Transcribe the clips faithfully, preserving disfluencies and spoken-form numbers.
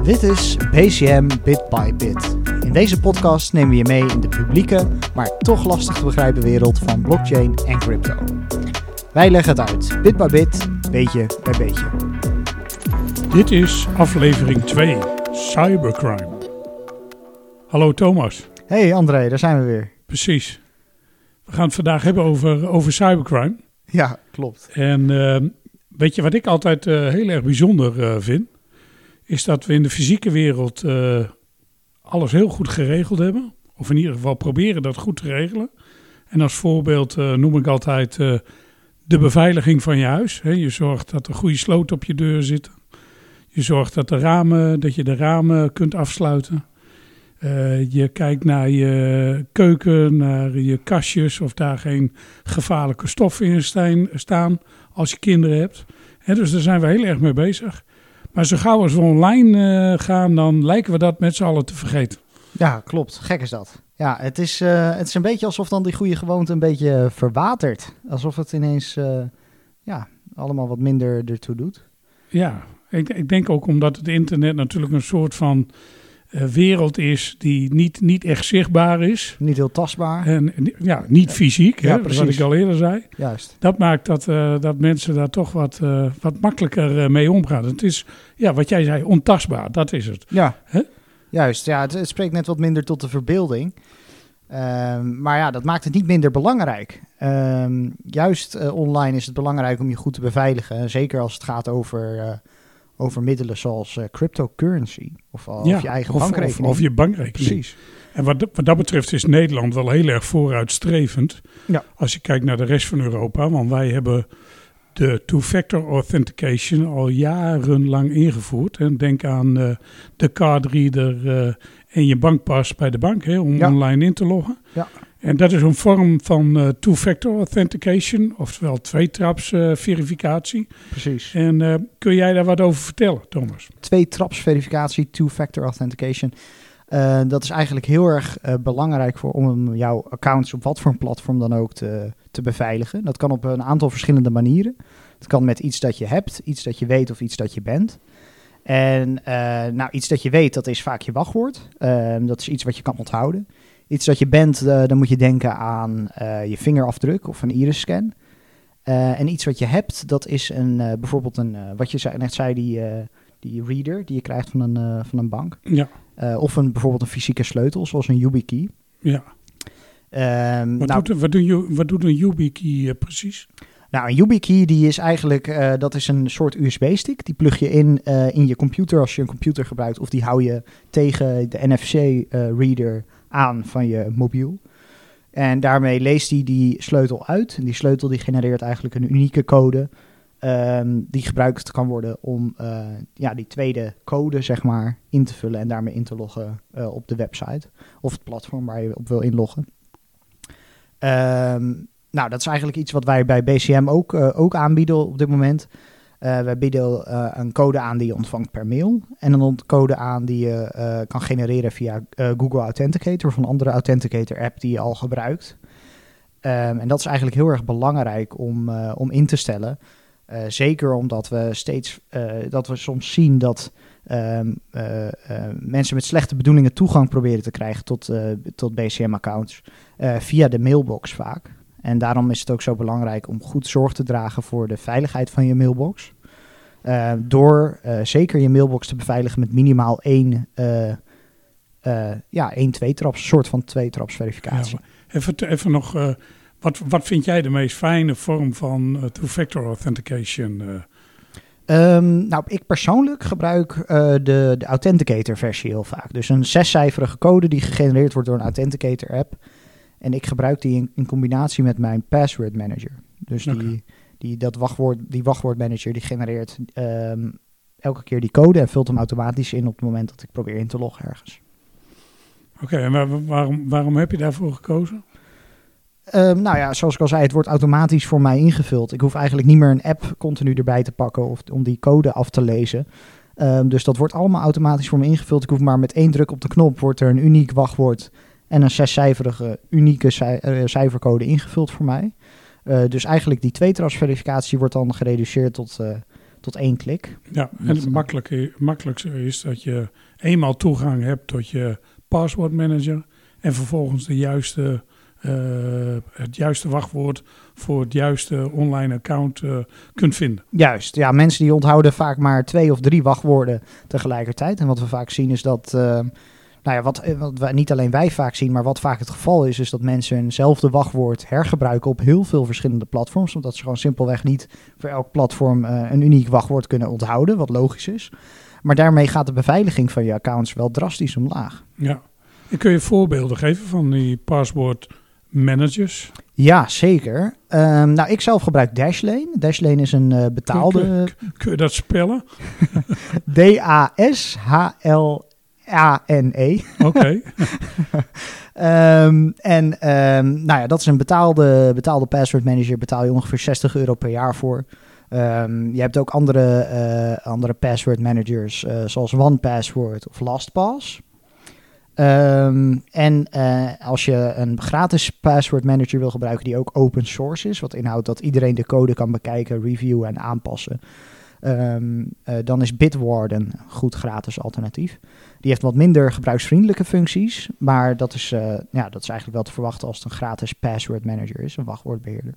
Dit is B C M Bit by Bit. In deze podcast nemen we je mee in de publieke, maar toch lastig te begrijpen wereld van blockchain en crypto. Wij leggen het uit, bit by bit, beetje bij beetje. Dit is aflevering twee, Cybercrime. Hallo Thomas. Hey André, daar zijn we weer. Precies. We gaan het vandaag hebben over, over cybercrime. Ja, klopt. En uh, weet je wat ik altijd uh, heel erg bijzonder uh, vind? Is dat we in de fysieke wereld uh, alles heel goed geregeld hebben. Of in ieder geval proberen dat goed te regelen. En als voorbeeld uh, noem ik altijd uh, de beveiliging van je huis. He, je zorgt dat er goede sloten op je deur zitten. Je zorgt dat, de ramen, dat je de ramen kunt afsluiten. Uh, je kijkt naar je keuken, naar je kastjes of daar geen gevaarlijke stoffen in staan, staan als je kinderen hebt. He, dus daar zijn we heel erg mee bezig. Maar zo gauw als we online uh, gaan, dan lijken we dat met z'n allen te vergeten. Ja, klopt. Gek is dat. Ja, het is, uh, het is een beetje alsof dan die goede gewoonte een beetje verwatert. Alsof het ineens uh, ja, allemaal wat minder ertoe doet. Ja, ik, ik denk ook omdat het internet natuurlijk een soort van uh, wereld is die niet, niet echt zichtbaar is. Niet heel tastbaar. En ja, niet fysiek, ja, hè, wat ik al eerder zei. Juist. Dat maakt dat, uh, dat mensen daar toch wat, uh, wat makkelijker uh, mee omgaan. Het is, ja, wat jij zei, ontastbaar, dat is het. Ja, Huh? Juist. Ja, het, het spreekt net wat minder tot de verbeelding. Um, maar ja, dat maakt het niet minder belangrijk. Um, juist uh, online is het belangrijk om je goed te beveiligen. Zeker als het gaat over, uh, over middelen zoals uh, cryptocurrency. Of, uh, ja, of je eigen of, bankrekening. Of, of je bankrekening. Precies. En wat, wat dat betreft is Nederland wel heel erg vooruitstrevend. Ja. Als je kijkt naar de rest van Europa. Want wij hebben de two-factor authentication al jarenlang ingevoerd. En denk aan uh, de cardreader uh, en je bankpas bij de bank, hè, om ja. online in te loggen. Ja. En dat is een vorm van uh, two-factor authentication, oftewel tweetraps uh, verificatie. Precies. En uh, kun jij daar wat over vertellen, Thomas? Tweetraps verificatie, two-factor authentication. Uh, dat is eigenlijk heel erg uh, belangrijk voor om jouw accounts op wat voor een platform dan ook te, te beveiligen. Dat kan op een aantal verschillende manieren. Het kan met iets dat je hebt, iets dat je weet of iets dat je bent. En uh, nou, iets dat je weet, dat is vaak je wachtwoord. Uh, dat is iets wat je kan onthouden. Iets dat je bent, uh, dan moet je denken aan uh, je vingerafdruk of een iris-scan. Uh, en iets wat je hebt, dat is een, uh, bijvoorbeeld een, uh, wat je net zei, die, uh, die reader die je krijgt van een, uh, van een bank. Ja. Uh, of een, bijvoorbeeld een fysieke sleutel, zoals een YubiKey. Ja. Um, wat, nou, doet, wat, doet, wat doet een YubiKey uh, precies? Nou, een YubiKey die is eigenlijk, uh, dat is een soort U S B-stick. Die plug je in uh, in je computer als je een computer gebruikt. Of die hou je tegen de N F C-reader uh, aan van je mobiel. En daarmee leest hij die, die sleutel uit. En die sleutel die genereert eigenlijk een unieke code Um, die gebruikt kan worden om uh, ja, die tweede code, zeg maar, in te vullen en daarmee in te loggen uh, op de website of het platform waar je op wil inloggen. Um, nou, dat is eigenlijk iets wat wij bij B C M ook, uh, ook aanbieden op dit moment. Uh, wij bieden uh, een code aan die je ontvangt per mail en een code aan die je uh, kan genereren via uh, Google Authenticator of een andere Authenticator app die je al gebruikt. Um, en dat is eigenlijk heel erg belangrijk om, uh, om in te stellen. Uh, zeker omdat we steeds uh, dat we soms zien dat um, uh, uh, mensen met slechte bedoelingen toegang proberen te krijgen tot, uh, tot B C M-accounts uh, via de mailbox vaak. En daarom is het ook zo belangrijk om goed zorg te dragen voor de veiligheid van je mailbox. Uh, door uh, zeker je mailbox te beveiligen met minimaal één, uh, uh, ja, één tweetraps, soort van tweetraps verificatie. Ja, even, even nog... Uh... Wat, wat vind jij de meest fijne vorm van uh, two-factor authentication? Uh? Um, nou, ik persoonlijk gebruik uh, de, de Authenticator versie heel vaak. Dus een zescijferige code die gegenereerd wordt door een Authenticator app. En ik gebruik die in, in combinatie met mijn password manager. Dus die, okay. die, dat wachtwoord, die wachtwoordmanager die genereert um, elke keer die code en vult hem automatisch in op het moment dat ik probeer in te loggen ergens. Oké, okay, en waar, waarom, waarom heb je daarvoor gekozen? Um, nou ja, zoals ik al zei, het wordt automatisch voor mij ingevuld. Ik hoef eigenlijk niet meer een app continu erbij te pakken of om die code af te lezen. Um, dus dat wordt allemaal automatisch voor me ingevuld. Ik hoef maar met één druk op de knop wordt er een uniek wachtwoord en een zescijferige unieke cij- uh, cijfercode ingevuld voor mij. Uh, dus eigenlijk die tweetraps verificatie wordt dan gereduceerd tot, uh, tot één klik. Ja, en het makkelijke, makkelijkste is dat je eenmaal toegang hebt tot je password manager en vervolgens de juiste, uh, het juiste wachtwoord voor het juiste online account uh, kunt vinden. Juist, ja, mensen die onthouden vaak maar twee of drie wachtwoorden tegelijkertijd. En wat we vaak zien is dat, uh, nou ja, wat, wat wij, niet alleen wij vaak zien, maar wat vaak het geval is, is dat mensen eenzelfde wachtwoord hergebruiken op heel veel verschillende platforms, omdat ze gewoon simpelweg niet voor elk platform uh, een uniek wachtwoord kunnen onthouden, wat logisch is. Maar daarmee gaat de beveiliging van je accounts wel drastisch omlaag. Ja, en kun je voorbeelden geven van die password managers? Ja, zeker. Um, nou, ik zelf gebruik Dashlane. Dashlane is een uh, betaalde... Kun je, kun je dat spellen? D A S H L A N E. Oké. Okay. um, en um, nou ja, dat is een betaalde, betaalde password manager. Betaal je ongeveer zestig euro per jaar voor. Um, je hebt ook andere, uh, andere password managers, uh, zoals one password of LastPass. Um, en uh, als je een gratis password manager wil gebruiken die ook open source is, wat inhoudt dat iedereen de code kan bekijken, reviewen en aanpassen, um, uh, dan is Bitwarden een goed gratis alternatief. Die heeft wat minder gebruiksvriendelijke functies, maar dat is, uh, ja, dat is eigenlijk wel te verwachten als het een gratis password manager is, een wachtwoordbeheerder.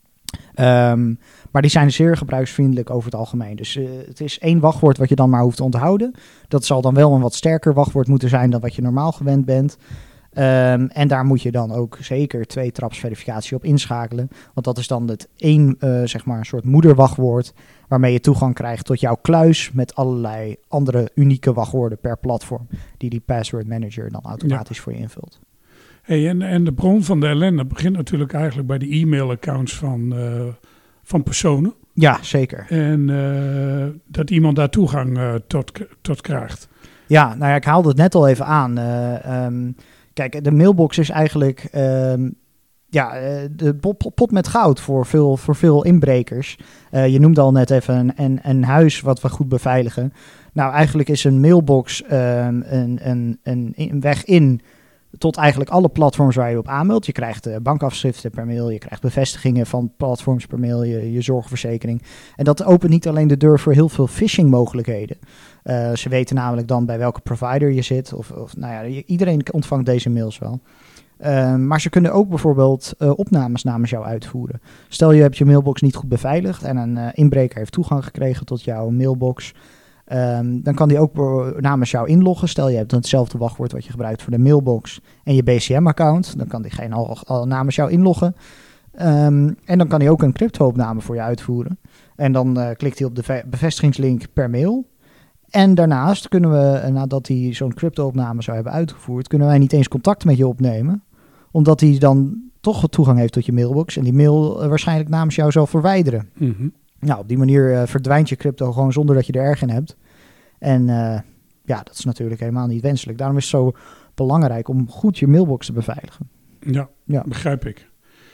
Um, maar die zijn zeer gebruiksvriendelijk over het algemeen. Dus uh, het is één wachtwoord wat je dan maar hoeft te onthouden. Dat zal dan wel een wat sterker wachtwoord moeten zijn dan wat je normaal gewend bent. Um, en daar moet je dan ook zeker twee traps verificatie op inschakelen. Want dat is dan het één, uh, zeg maar een soort moederwachtwoord waarmee je toegang krijgt tot jouw kluis met allerlei andere unieke wachtwoorden per platform die die password manager dan automatisch ja. voor je invult. Hey, en, en de bron van de ellende begint natuurlijk eigenlijk bij de e-mailaccounts van, uh, van personen. Ja, zeker. En uh, dat iemand daar toegang uh, tot, tot krijgt. Ja, nou ja, ik haalde het net al even aan. Uh, um, kijk, de mailbox is eigenlijk um, ja, de pot, pot met goud voor veel, voor veel inbrekers. Uh, je noemde al net even een, een, een huis wat we goed beveiligen. Nou, eigenlijk is een mailbox um, een, een, een, een weg in tot eigenlijk alle platforms waar je op aanmeldt. Je krijgt uh, bankafschriften per mail, je krijgt bevestigingen van platforms per mail, je, je zorgverzekering. En dat opent niet alleen de deur voor heel veel phishing mogelijkheden. Uh, ze weten namelijk dan bij welke provider je zit. Of, of nou ja, iedereen ontvangt deze mails wel. Uh, maar ze kunnen ook bijvoorbeeld uh, opnames namens jou uitvoeren. Stel je hebt je mailbox niet goed beveiligd en een uh, inbreker heeft toegang gekregen tot jouw mailbox. Um, dan kan die ook namens jou inloggen. Stel je hebt hetzelfde wachtwoord wat je gebruikt voor de mailbox en je B C M-account. Dan kan diegene al, al namens jou inloggen. Um, en dan kan hij ook een crypto-opname voor je uitvoeren. En dan uh, klikt hij op de ve- bevestigingslink per mail. En daarnaast kunnen we, uh, nadat hij zo'n crypto-opname zou hebben uitgevoerd, kunnen wij niet eens contact met je opnemen. Omdat hij dan toch toegang heeft tot je mailbox en die mail uh, waarschijnlijk namens jou zal verwijderen. Mm-hmm. Nou, op die manier uh, verdwijnt je crypto gewoon zonder dat je er erg in hebt. En uh, ja, dat is natuurlijk helemaal niet wenselijk. Daarom is het zo belangrijk om goed je mailbox te beveiligen. Ja, ja. Begrijp ik.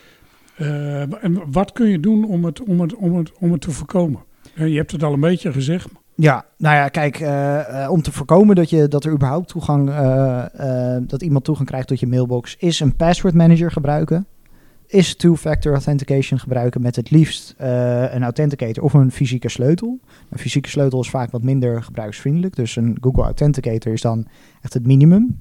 Uh, en wat kun je doen om het, om het, om het, om het te voorkomen? Uh, je hebt het al een beetje gezegd. Ja, nou ja, kijk, uh, uh, om te voorkomen dat, je, dat er überhaupt toegang, uh, uh, dat iemand toegang krijgt tot je mailbox, is een password manager gebruiken. Is two-factor authentication gebruiken met het liefst uh, een authenticator of een fysieke sleutel. Een fysieke sleutel is vaak wat minder gebruiksvriendelijk, dus een Google Authenticator is dan echt het minimum.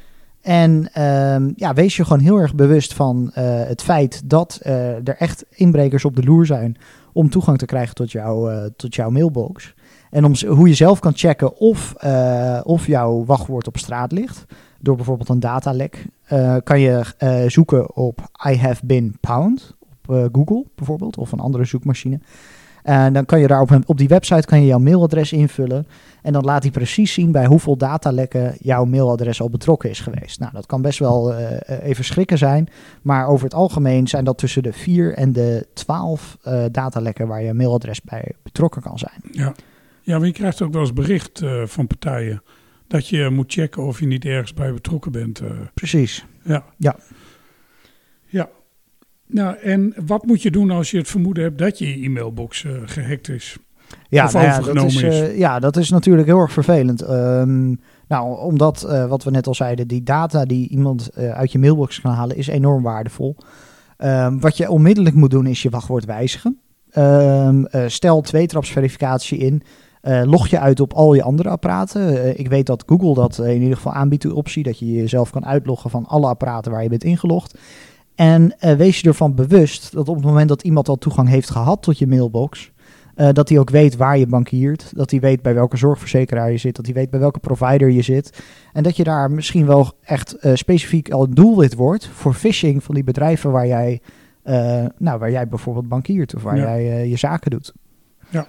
En um, ja, wees je gewoon heel erg bewust van uh, het feit dat uh, er echt inbrekers op de loer zijn om toegang te krijgen tot, jou, uh, tot jouw mailbox. En om, hoe je zelf kan checken of, uh, of jouw wachtwoord op straat ligt. Door bijvoorbeeld een datalek. Uh, kan je uh, zoeken op I have been pound. Op uh, Google bijvoorbeeld. Of een andere zoekmachine. En dan kan je daar op, een, op die website kan je jouw mailadres invullen. En dan laat hij precies zien bij hoeveel datalekken jouw mailadres al betrokken is geweest. Nou, dat kan best wel uh, even schrikken zijn. Maar over het algemeen zijn dat tussen de vier en de twaalf uh, datalekken waar je mailadres bij betrokken kan zijn. Ja, ja, maar je krijgt ook wel eens bericht uh, van partijen dat je moet checken of je niet ergens bij betrokken bent. Uh. Precies. Ja. Ja. Ja. Nou, en wat moet je doen als je het vermoeden hebt dat je e-mailbox uh, gehackt is? Ja, of nou ja, overgenomen dat is, is? Uh, ja, dat is natuurlijk heel erg vervelend. Um, nou, omdat, uh, wat we net al zeiden, die data die iemand uh, uit je mailbox kan halen is enorm waardevol. Um, wat je onmiddellijk moet doen is je wachtwoord wijzigen. Um, uh, stel tweetrapsverificatie in. Uh, log je uit op al je andere apparaten. Uh, ik weet dat Google dat uh, in ieder geval aanbiedt, de optie dat je jezelf kan uitloggen van alle apparaten waar je bent ingelogd. En uh, wees je ervan bewust dat op het moment dat iemand al toegang heeft gehad tot je mailbox, uh, dat hij ook weet waar je bankiert, dat hij weet bij welke zorgverzekeraar je zit, dat hij weet bij welke provider je zit. En dat je daar misschien wel echt uh, specifiek al een doelwit wordt voor phishing van die bedrijven waar jij, uh, nou, waar jij bijvoorbeeld bankiert of waar ja. jij uh, je zaken doet. Ja.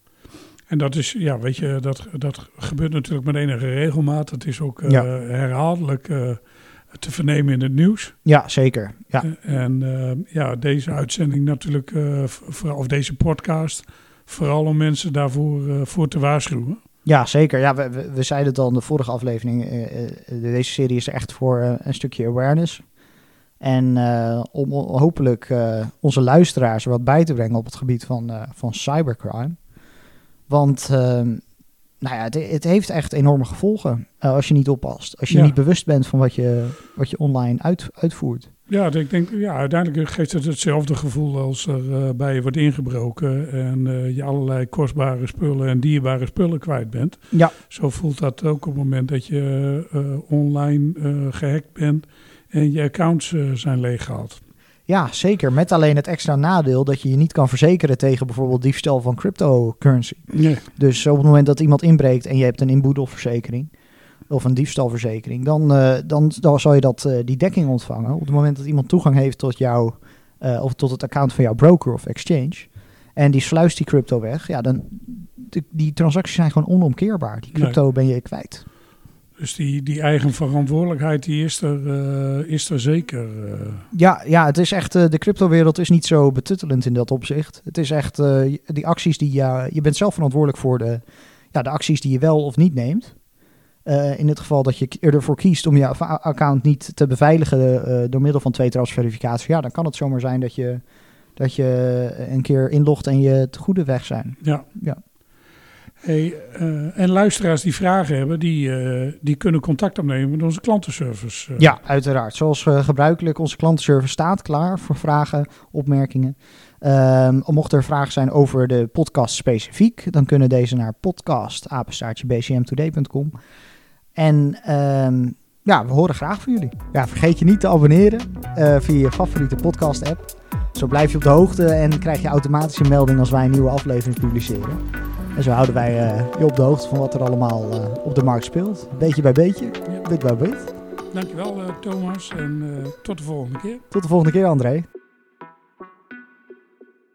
En dat is, ja, weet je, dat, dat gebeurt natuurlijk met enige regelmaat. Het is ook uh, ja. herhaaldelijk uh, te vernemen in het nieuws. Ja, zeker. Ja. Uh, en uh, ja, deze uitzending natuurlijk, uh, vooral, of deze podcast, vooral om mensen daarvoor uh, voor te waarschuwen. Ja, zeker. Ja, we, we, we zeiden het al in de vorige aflevering. Uh, uh, deze serie is er echt voor uh, een stukje awareness. En uh, om hopelijk uh, onze luisteraars wat bij te brengen op het gebied van, uh, van cybercrime. Want uh, nou ja, het, het heeft echt enorme gevolgen uh, als je niet oppast. Als je ja. niet bewust bent van wat je, wat je online uit, uitvoert. Ja, ik denk, ja, uiteindelijk geeft het hetzelfde gevoel als er uh, bij je wordt ingebroken en uh, je allerlei kostbare spullen en dierbare spullen kwijt bent. Ja. Zo voelt dat ook op het moment dat je uh, online uh, gehackt bent en je accounts uh, zijn leeggehaald. Ja, zeker. Met alleen het extra nadeel dat je je niet kan verzekeren tegen bijvoorbeeld diefstal van cryptocurrency. Nee. Dus op het moment dat iemand inbreekt en je hebt een inboedelverzekering of een diefstalverzekering, dan, uh, dan, dan zal je dat, uh, die dekking ontvangen. Op het moment dat iemand toegang heeft tot jou, uh, of tot het account van jouw broker of exchange, en die sluist die crypto weg, ja, dan de, die transacties zijn gewoon onomkeerbaar. Die crypto nee. ben je kwijt. Dus die, die eigen verantwoordelijkheid, die is er, uh, is er zeker. Uh... Ja, ja, het is echt, uh, de cryptowereld is niet zo betuttelend in dat opzicht. Het is echt, uh, die acties die, uh, je bent zelf verantwoordelijk voor de, ja, de acties die je wel of niet neemt. Uh, in het geval dat je ervoor kiest om je account niet te beveiligen uh, door middel van tweetrapsverificatie, ja, dan kan het zomaar zijn dat je, dat je een keer inlogt en je te goede weg zijn. Ja. Ja. Hey, uh, en luisteraars die vragen hebben, die, uh, die kunnen contact opnemen met onze klantenservice. Uh. Ja, uiteraard. Zoals uh, gebruikelijk, onze klantenservice staat klaar voor vragen, opmerkingen. Um, mocht er vragen zijn over de podcast specifiek, dan kunnen deze naar podcast apenstaartje b c m today punt com. En um, ja, we horen graag van jullie. Ja, vergeet je niet te abonneren uh, via je favoriete podcast app. Zo blijf je op de hoogte en krijg je automatisch een melding als wij een nieuwe aflevering publiceren. En zo houden wij uh, je op de hoogte van wat er allemaal uh, op de markt speelt. Beetje bij beetje, ja. bit bij bit. Dankjewel uh, Thomas en uh, tot de volgende keer. Tot de volgende keer, André.